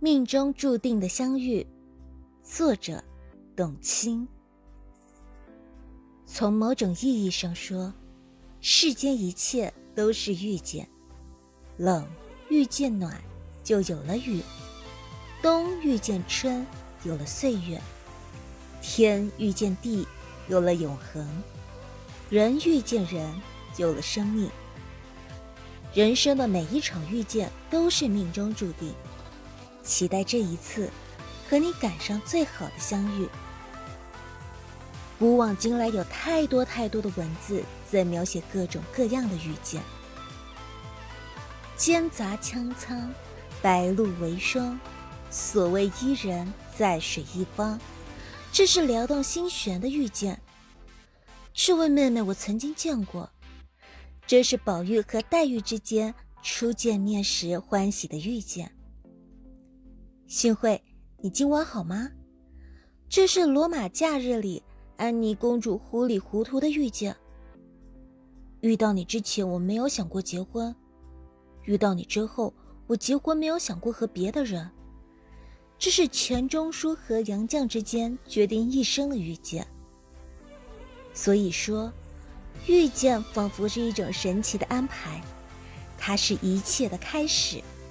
命中注定的相遇，作者董卿。从某种意义上说，世间一切都是遇见。冷遇见暖，就有了雨；冬遇见春，有了岁月；天遇见地，有了永恒；人遇见人，有了生命。人生的每一场遇见都是命中注定，期待这一次和你赶上最好的相遇。古往今来有太多的文字在描写各种各样的遇见。间杂枪苍，白露为霜，所谓伊人，在水一方，这是撩动心弦的遇见。这位妹妹我曾经见过，这是宝玉和黛玉之间初见面时欢喜的遇见。幸会，你今晚好吗？这是罗马假日里安妮公主糊里糊涂的遇见。遇到你之前我没有想过结婚，遇到你之后我结婚没有想过和别的人。这是钱钟书和杨绛之间决定一生的遇见。所以说，遇见仿佛是一种神奇的安排，它是一切的开始。